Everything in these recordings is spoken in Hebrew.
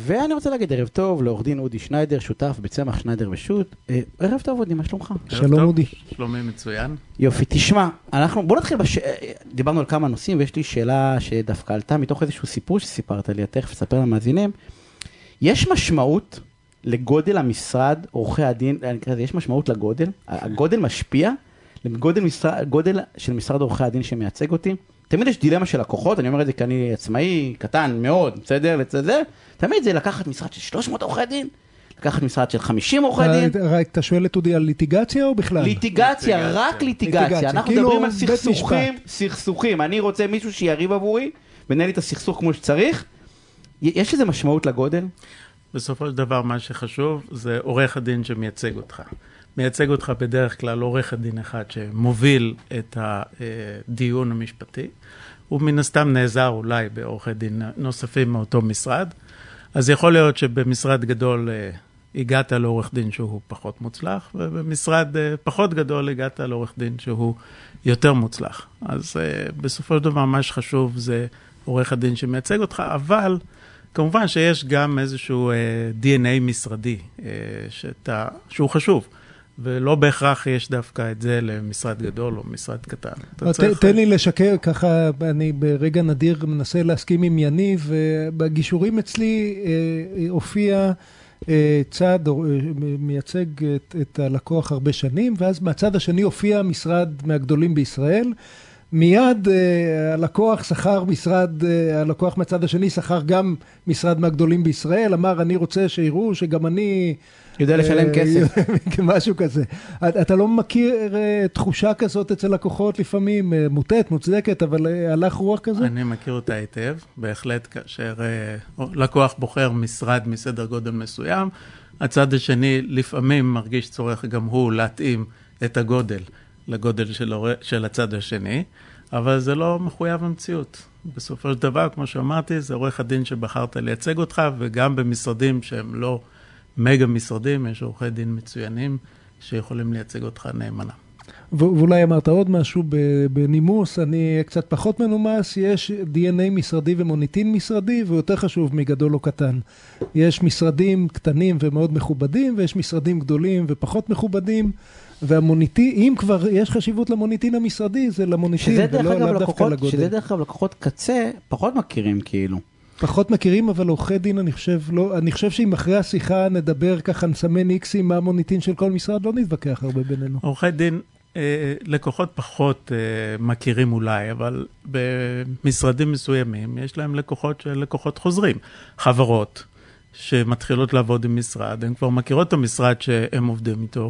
ואני רוצה להגיד ערב טוב לעורך דין אודי שניידר, שותף בצמח שניידר ושות. ערב טוב אודי, מה שלומך? שלום אודי. שלומי מצוין. יופי, תשמע, בוא נתחיל, דיברנו על כמה נושאים, ויש לי שאלה שדווקא עלתה מתוך איזשהו סיפור שסיפרת לי, תכף אספר למאזינים. יש משמעות לגודל המשרד, עורכי הדין, יש משמעות לגודל? הגודל משפיע לגודל של משרד עורכי הדין שמייצג אותי? תמיד יש דילמה של לקוחות, אני אומר את זה כי אני עצמאי, קטן מאוד, בסדר, לצד תמיד זה לקחת משרד של 300 עורכי דין, לקחת משרד של 50 עורכי דין. אתה שואל את אודי על ליטיגציה או בכלל? ליטיגציה, רק ליטיגציה. אנחנו מדברים על סכסוכים. אני רוצה מישהו שיריב עבורי, ונהל לי את הסכסוך כמו שצריך. יש איזה משמעות לגודל? בסופו של דבר מה שחשוב זה עורך הדין שמייצג אותך. מייצג אותך בדרך כלל עורך הדין אחד שמוביל את הדיון המשפטי, ומן הסתם נעזר אולי בעורכי דין נוספים מאותו משרד. אז יכול להיות שבמשרד גדול הגעת לעורך דין שהוא פחות מוצלח, ובמשרד פחות גדול הגעת לעורך דין שהוא יותר מוצלח. אז בסופו של דבר מה שחשוב זה עורך הדין שמייצג אותך, אבל כמובן שיש גם איזשהו DNA משרדי שהוא חשוב. ולא בהכרח יש דווקא את זה למשרד גדול או משרד קטן. תן לי לשקר, ככה אני ברגע נדיר מנסה להסכים עם יניב, ובגישורים אצלי הופיע צד, מייצג את הלקוח הרבה שנים, ואז מהצד השני הופיע משרד מהגדולים בישראל, מיד הלקוח מהצד השני שכר גם משרד מהגדולים בישראל, אמר אני רוצה שיראו שגם אני יודע לשלם כסף. משהו כזה. אתה לא מכיר תחושה כזאת אצל לקוחות לפעמים, מוצדקת, אבל הלך רוח כזה? אני מכיר אותה היטב, בהחלט כאשר לקוח בוחר משרד מסדר גודל מסוים, הצד השני לפעמים מרגיש צורך גם הוא להתאים את הגודל לגודל של הצד השני, אבל זה לא מחויב המציאות. בסופו של דבר, כמו שאמרתי, זה עורך הדין שבחרת לייצג אותך, וגם במשרדים שהם לא מגה משרדים, יש עורכי דין מצוינים שיכולים לייצג אותך נאמנה. ואולי אמרת עוד משהו בנימוס, אני קצת פחות מנומס, יש DNA משרדי ומוניטין משרדי, ויותר חשוב מגדול או קטן. יש משרדים קטנים ומאוד מכובדים, ויש משרדים גדולים ופחות מכובדים, והמוניטין, אם כבר יש חשיבות למוניטין המשרדי, זה למוניטין ולא דווקא לגודל. שזה דרך אגב לקוחות קצה, פחות מכירים כאילו. פחות מכירים, אבל עורכי דין אני חושב שאם אחרי השיחה נדבר ככה, נסמן איקסים מה המוניטין של כל משרד, לא נתווכח הרבה בינינו. עורכי דין, לקוחות פחות מכירים אולי, אבל במשרדים מסוימים יש להם לקוחות של לקוחות חוזרים. חברות שמתחילות לעבוד עם משרד, הן כבר מכירות את המשרד שהם עובדים איתו,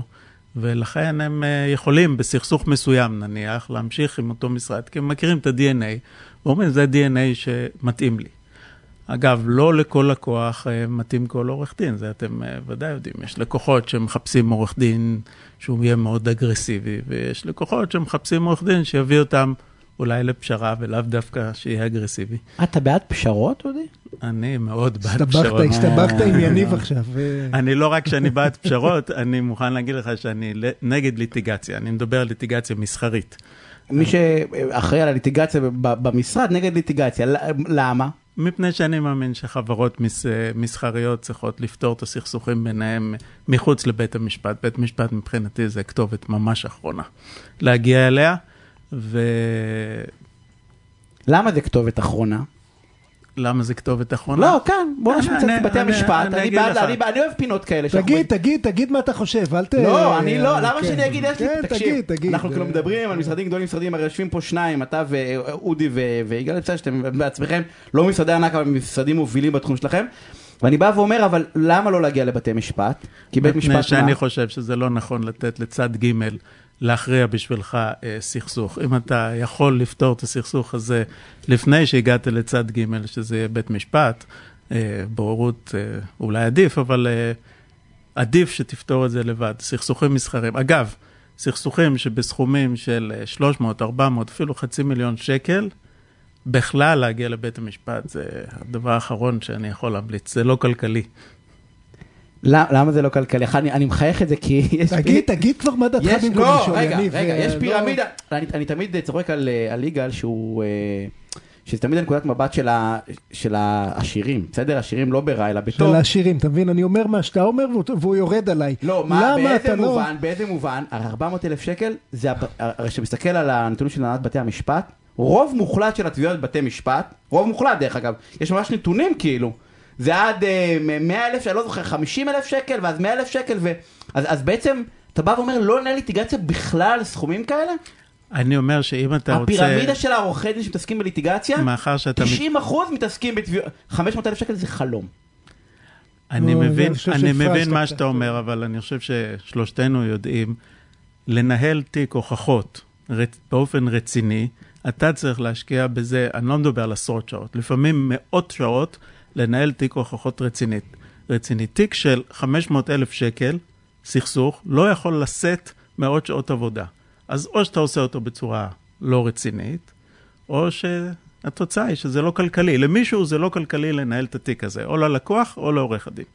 ולכן הם יכולים בסכסוך מסוים נניח להמשיך עם אותו משרד, כי הם מכירים את ה-DNA, ואומרים זה DNA שמתאים לי. אגב, לא לכל לקוח מתאים כל עורך דין, זה אתם ודאי יודעים. יש לקוחות שמחפשים עורך דין שהוא יהיה מאוד אגרסיבי, ויש לקוחות שמחפשים עורך דין שיביא אותם אולי לפשרה, ולאו דווקא שיהיה אגרסיבי. אתה בעד פשרות, אודי? אני מאוד בעד פשרות. הסתבכת עם יניב עכשיו. אני לא רק שאני בעד פשרות, אני מוכן להגיד לך שאני נגד ליטיגציה. אני מדבר על ליטיגציה מסחרית. מי שאחראי על הליטיגציה במשרד, נגד ליטיגציה. למה? מפני שאני מאמין שחברות מסחריות צריכות לפתור את הסכסוכים ביניהם מחוץ לבית המשפט. בית משפט מבחינתי זה כתובת ממש אחרונה. להגיע אליה למה זה כתובת אחרונה? למה זה כתובת אחרונה? לא, כאן, בוא נשמע קצת בתי המשפט. אני אוהב פינות כאלה. תגיד מה אתה חושב, לא, אני לא, למה שאני אגיד, תקשיב, אנחנו כאילו מדברים על משרדים גדולים, משרדים, הרי יושבים פה שניים, אתה ואודי ויגאל, שאתם בעצמכם, לא משרדי ענק, אבל משרדים מובילים בתחום שלכם, ואני בא ואומר, אבל למה לא להגיע לבתי משפט? כי בית משפט מה? שאני חושב שזה לא נכון לתת לצד ג' להכריע בשבילך סכסוך. אם אתה יכול לפתור את הסכסוך הזה לפני שהגעת לצד ג' שזה יהיה בית משפט, בוררות אולי עדיף, אבל עדיף שתפתור את זה לבד. סכסוכים מסחרים. אגב, סכסוכים שבסכומים של 300, 400, אפילו $500,000 שקל, בכלל להגיע לבית המשפט, זה הדבר האחרון שאני יכול להמליץ. זה לא כלכלי. למה זה לא כלכלי? אני מחייך את זה כי יש... תגיד כבר מה דעתך במקום לשאול. רגע, יש פירמידה. אני תמיד צוחק על יגאל שהוא שזה תמיד נקודת מבט של העשירים, בסדר? העשירים לא ברע, אלא בטוב. של העשירים, אתה מבין? אני אומר מה שאתה אומר, והוא יורד עליי. לא, באיזה מובן, 400,000 שקל, הרי שמסתכל על הנתונים של הנהלת בתי המשפט, רוב מוחלט של התביעות בבתי משפט, רוב מוחלט דרך אגב, יש ממש נתונים כאילו, זה עד 100,000, אני לא זוכר, 50,000 שקל, ואז 100,000 שקל, אז בעצם, אתה בא ואומר, לא לנהל ליטיגציה בכלל סכומים כאלה? אני אומר שאם אתה רוצה... הפירמידה של העורכי דין שמתעסקים בליטיגציה, 90% מתעסקים בתביעות, 500,000 שקל זה חלום. אני מבין מה שאתה אומר, אבל אני חושב ששלושתנו יודעים, לנהל תיק הוכחות באופן רציני, אתה צריך להשקיע בזה, אני לא מדבר על עשרות שעות, לפעמים מאות שעות לנהל תיק הוכחות רציני. תיק של 500,000 שקל, סכסוך, לא יכול לשאת מאות שעות עבודה. אז או שאתה עושה אותו בצורה לא רצינית, או שהתוצאה היא שזה לא כלכלי. למישהו זה לא כלכלי לנהל את התיק הזה, או ללקוח או לעורך הדין.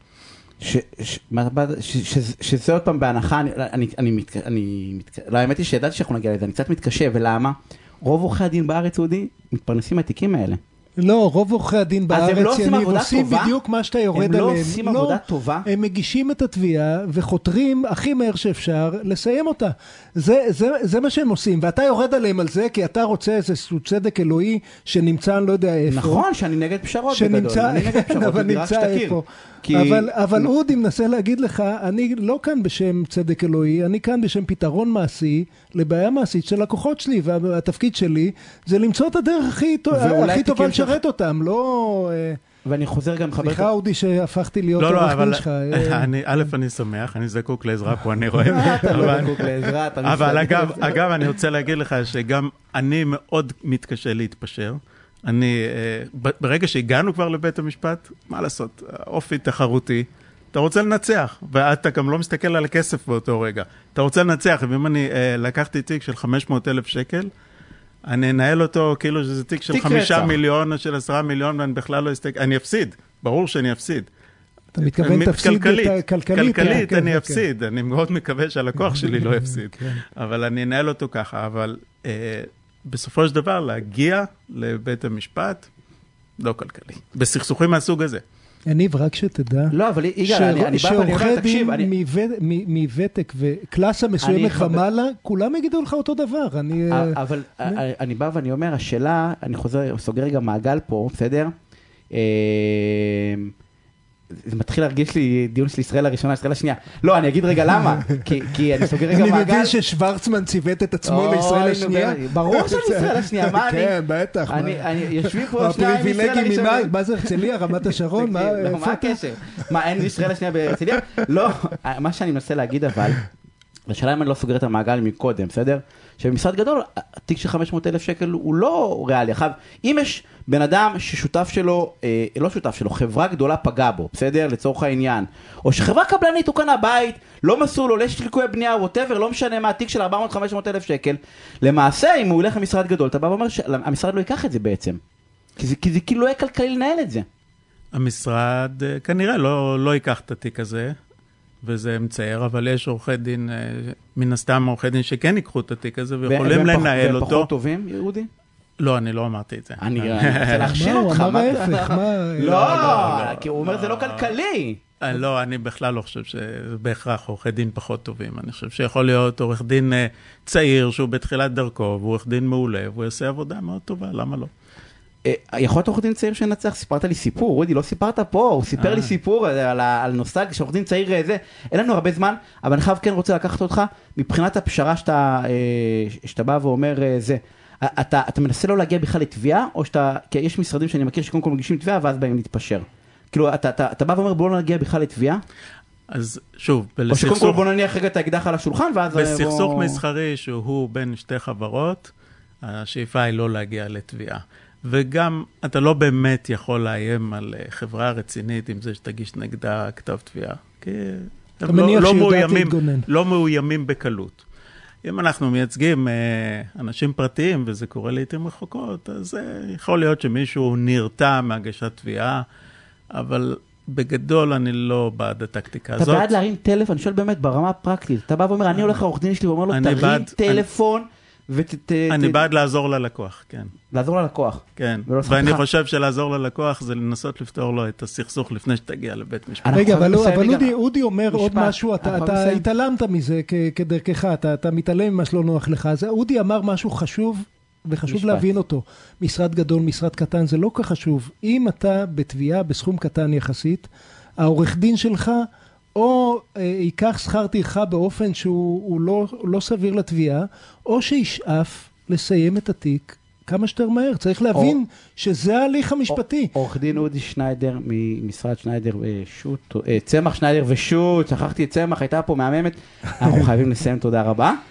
שזה עוד פעם בהנחה, לא, האמת היא שידעתי שאנחנו נגיע לזה, אני קצת מתקשה, ולמה? רוב עורכי הדין בארץ יהודי מתפרנסים מהתיקים האלה. לא, רוב עורכי הדין בארץ עושים בדיוק מה שאתה יורד עליהם. הם לא עושים עבודה טובה. הם מגישים את התביעה וחותרים הכי מהר שאפשר לסיים אותה. זה מה שהם עושים, ואתה יורד עליהם על זה, כי אתה רוצה איזשהו צדק אלוהי שנמצא, אני לא יודע איפה. נכון, שאני נגד פשרות בגדול. אני נגד פשרות, אבל נמצא איפה. אבל אודי מנסה להגיד לך, אני לא כאן בשם צדק אלוהי, אני כאן בשם פתרון מעשי לבעיה מעשית של לקוחות שלי, והתפקיד שלי זה למצוא את הדרך הכי טובה לשרת אותם, לא... ואני חוזר גם חבר... סליחה אודי שהפכתי להיות עורך דין שלך. א', אני שמח, אני זקוק לעזרה פה, אני רואה. אתה לא זקוק לעזרה, אתה מסתכל. אבל אגב, אני רוצה להגיד לך שגם אני מאוד מתקשה להתפשר. ברגע שהגענו כבר לבית המשפט, מה לעשות? אופי תחרותי. אתה רוצה לנצח, ואתה גם לא מסתכל על הכסף באותו רגע. אתה רוצה לנצח, ואם אני לקחתי תיק של 500,000 שקל, אני אנהל אותו כאילו שזה תיק של 5 מיליון או של 10 מיליון, ואני בכלל לא אסתכל, אני אפסיד, ברור שאני אפסיד. אתה מתכוון תפסיד כלכלית אני אפסיד, אני מאוד מקווה שהלקוח שלי לא יפסיד, אבל אני אנהל אותו ככה, אבל בסופו של דבר להגיע לבית המשפט, לא כלכלי, בסכסוכים מהסוג הזה. יניב, רק שתדע, לא, אבל אני בא ואני אומר, תקשיב, מוותק וקלאסה מסוימת ומעלה, כולם יגידו לך אותו דבר. אבל אני בא ואני אומר, השאלה, אני סוגר רגע מעגל פה, בסדר? זה מתחיל להרגיש לי דיון של ישראל הראשונה, ישראל השנייה. לא, אני אגיד רגע למה, כי אני סוגר רגע מעגל. אני מבין ששוורצמן ציוות את עצמו לישראל השנייה. ברור שאני ישראל השנייה, מה אני? כן, בטח. יושבים פה שניים ישראל הראשונה. מה זה הרצליה, רמת השרון? מה הקשר? מה, אין ישראל השנייה בהרצליה? לא, מה שאני מנסה להגיד אבל, השאלה אם אני לא סוגר את המעגל מקודם, בסדר? שבמשרד גדול, התיק של 500,000 שקל הוא לא ריאלי. עכשיו, אם יש בן אדם ששותף שלו, לא שותף שלו, חברה גדולה פגע בו, בסדר? לצורך העניין. או שחברה קבלנית הוא קנה בית, לא מסור לו, יש ליקויי בנייה, whatever, לא משנה מה, התיק של 400-500,000 שקל. למעשה, אם הוא ילך למשרד גדול, אתה בא ואומר שהמשרד לא ייקח את זה בעצם. כי זה כאילו לא יהיה כלכלי לנהל את זה. המשרד כנראה לא ייקח את התיק הזה. וזה מצער, אבל יש עורכי דין, מן הסתם עורכי דין שכן ייקחו את התיק הזה, ויכולים לנהל אותו. והם פחות טובים, יהודי? לא, אני לא אמרתי את זה. אני רוצה להכשיר אותך. הוא אמר ההפך, לא, כי הוא אומר זה לא כלכלי. לא, אני בכלל לא חושב שבהכרח עורכי דין פחות טובים. אני חושב שיכול להיות עורך דין צעיר, שהוא בתחילת דרכו, והוא עורך דין מעולה, והוא יעשה עבודה מאוד טובה, למה לא? יכול להיות עורך דין צעיר שנצח, סיפרת לי סיפור, רודי, לא סיפרת פה, הוא סיפר לי סיפור על נושג, שעורך דין צעיר זה, אין לנו הרבה זמן, אבל אני חייב כן רוצה לקחת אותך, מבחינת הפשרה שאתה בא ואומר זה, אתה מנסה לא להגיע בכלל לתביעה, או שאתה, כי יש משרדים שאני מכיר שקודם כל מגישים תביעה, ואז באים להתפשר. כאילו, אתה בא ואומר בוא לא נגיע בכלל לתביעה? אז שוב, או שקודם כל בוא נניח רגע את האקדח על השולחן, ואז... בסכסוך מסחרי שהוא בין שתי חברות, השאיפה היא לא להגיע לתביעה. וגם אתה לא באמת יכול לאיים על חברה רצינית עם זה שתגיש נגדה כתב תביעה. כי הם לא מאוימים בקלות. אם אנחנו מייצגים אנשים פרטיים, וזה קורה לעתים רחוקות, אז יכול להיות שמישהו נרתע מהגשת תביעה, אבל בגדול אני לא בעד הטקטיקה הזאת. אתה בעד להרים טלפון, אני שואל באמת ברמה הפרקטית, אתה בא ואומר, אני הולך לעורך דין שלי, ואומר לו, תרים טלפון, אני בעד לעזור ללקוח, כן. לעזור ללקוח. כן, ואני חושב שלעזור ללקוח זה לנסות לפתור לו את הסכסוך לפני שתגיע לבית משפט. רגע, אבל אודי אומר עוד משהו, אתה התעלמת מזה כדרכך, אתה מתעלם ממה שלא נוח לך. אודי אמר משהו חשוב, וחשוב להבין אותו. משרד גדול, משרד קטן, זה לא כך חשוב. אם אתה בתביעה בסכום קטן יחסית, העורך דין שלך או ייקח שכר טרחה באופן שהוא לא סביר לתביעה, או שישאף לסיים את התיק כמה שיותר מהר. צריך להבין שזה ההליך המשפטי. עורך דין אודי שניידר ממשרד שניידר ושוט, צמח שניידר ושוט, שכחתי את צמח, הייתה פה מהממת. אנחנו חייבים לסיים, תודה רבה.